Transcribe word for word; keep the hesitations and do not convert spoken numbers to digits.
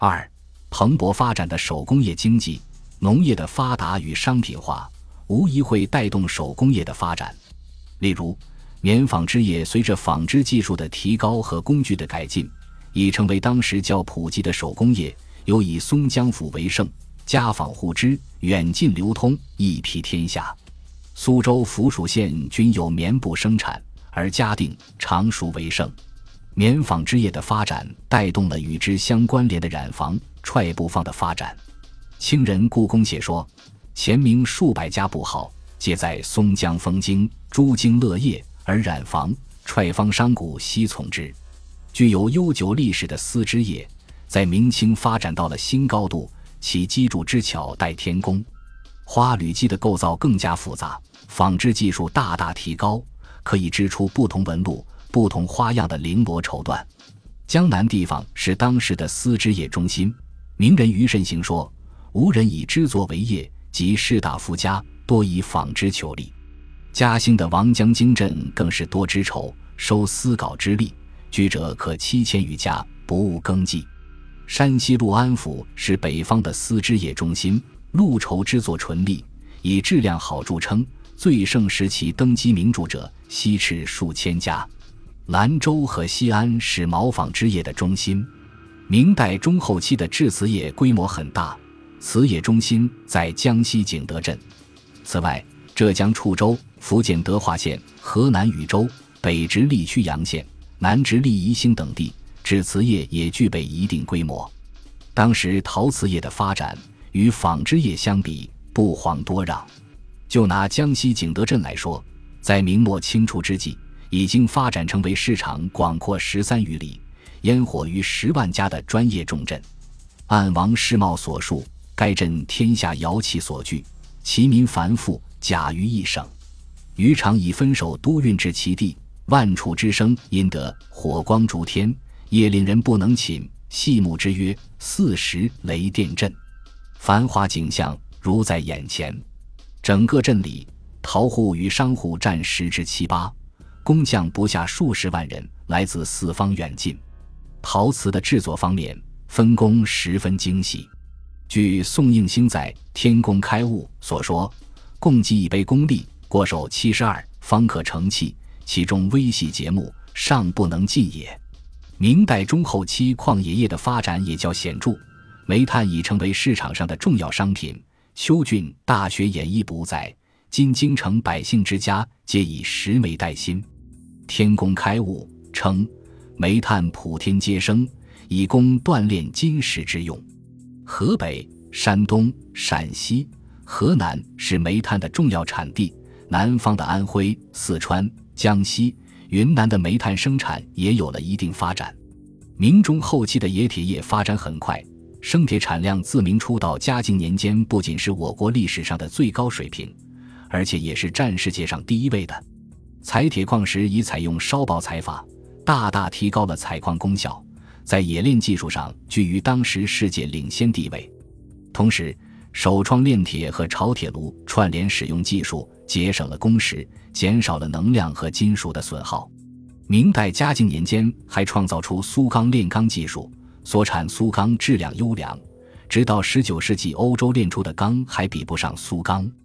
二、蓬勃发展的手工业经济，农业的发达与商品化，无疑会带动手工业的发展。例如，棉纺织业随着纺织技术的提高和工具的改进，已成为当时较普及的手工业，尤以松江府为盛，家纺互织，远近流通，一匹天下。苏州、福属县均有棉布生产，而嘉定、常熟为盛。棉纺织业的发展带动了与之相关联的染坊、踹布坊的发展。清人顾公写说，前明数百家布号，皆在松江丰京、诸经乐业，而染坊、踹坊商贾悉从之。具有悠久历史的丝织业，在明清发展到了新高度，其机杼之巧待天工。花缕机的构造更加复杂，纺织技术大大提高，可以织出不同纹路、不同花样的绫罗绸缎。江南地方是当时的丝织业中心，名人于慎行说，无人以织作为业，即士大夫家多以纺织求利。嘉兴的王江京镇更是多织绸，收丝稿之利，居者可七千余家，不务耕绩。山西潞安府是北方的丝织业中心，潞绸织作纯利，以质量好著称，最盛时期登基名著者西池数千家。兰州和西安是毛纺织业的中心。明代中后期的制瓷业规模很大，瓷业中心在江西景德镇。此外，浙江处州、福建德化县、河南禹州、北直隶曲阳县、南直隶宜兴等地，制瓷业也具备一定规模。当时陶瓷业的发展与纺织业相比，不遑多让。就拿江西景德镇来说，在明末清初之际，已经发展成为市场广阔十三余里，烟火逾十万家的专业重镇。按王世茂所述，该镇天下窑器所具，其民繁富，甲于一省。渔场已分守都运至其地，万处之声因得火光烛天，夜令人不能寝，细目之曰四时雷电震，繁华景象如在眼前。整个镇里，陶户与商户占十之七八，工匠不下数十万人，来自四方远近。陶瓷的制作方面，分工十分精细。据宋应星在《天工开物》所说，共计一杯功力，过手七十二，方可成器，其中微细节目，尚不能尽也。明代中后期矿冶业的发展也较显著，煤炭已成为市场上的重要商品。邱俊《大学演义补》载，今京城百姓之家，皆以石煤代薪。天工开物称，煤炭普天皆生，以供锻炼金石之用。河北、山东、陕西、河南是煤炭的重要产地，南方的安徽、四川、江西、云南的煤炭生产也有了一定发展。明中后期的冶铁业发展很快，生铁产量自明初到嘉靖年间不仅是我国历史上的最高水平，而且也是占世界上第一位的。采铁矿石已采用烧爆采法，大大提高了采矿功效，在冶炼技术上居于当时世界领先地位。同时，首创炼铁和炒铁炉串联使用技术，节省了工时，减少了能量和金属的损耗。明代嘉靖年间还创造出苏钢炼钢技术，所产苏钢质量优良，直到十九世纪欧洲炼出的钢还比不上苏钢。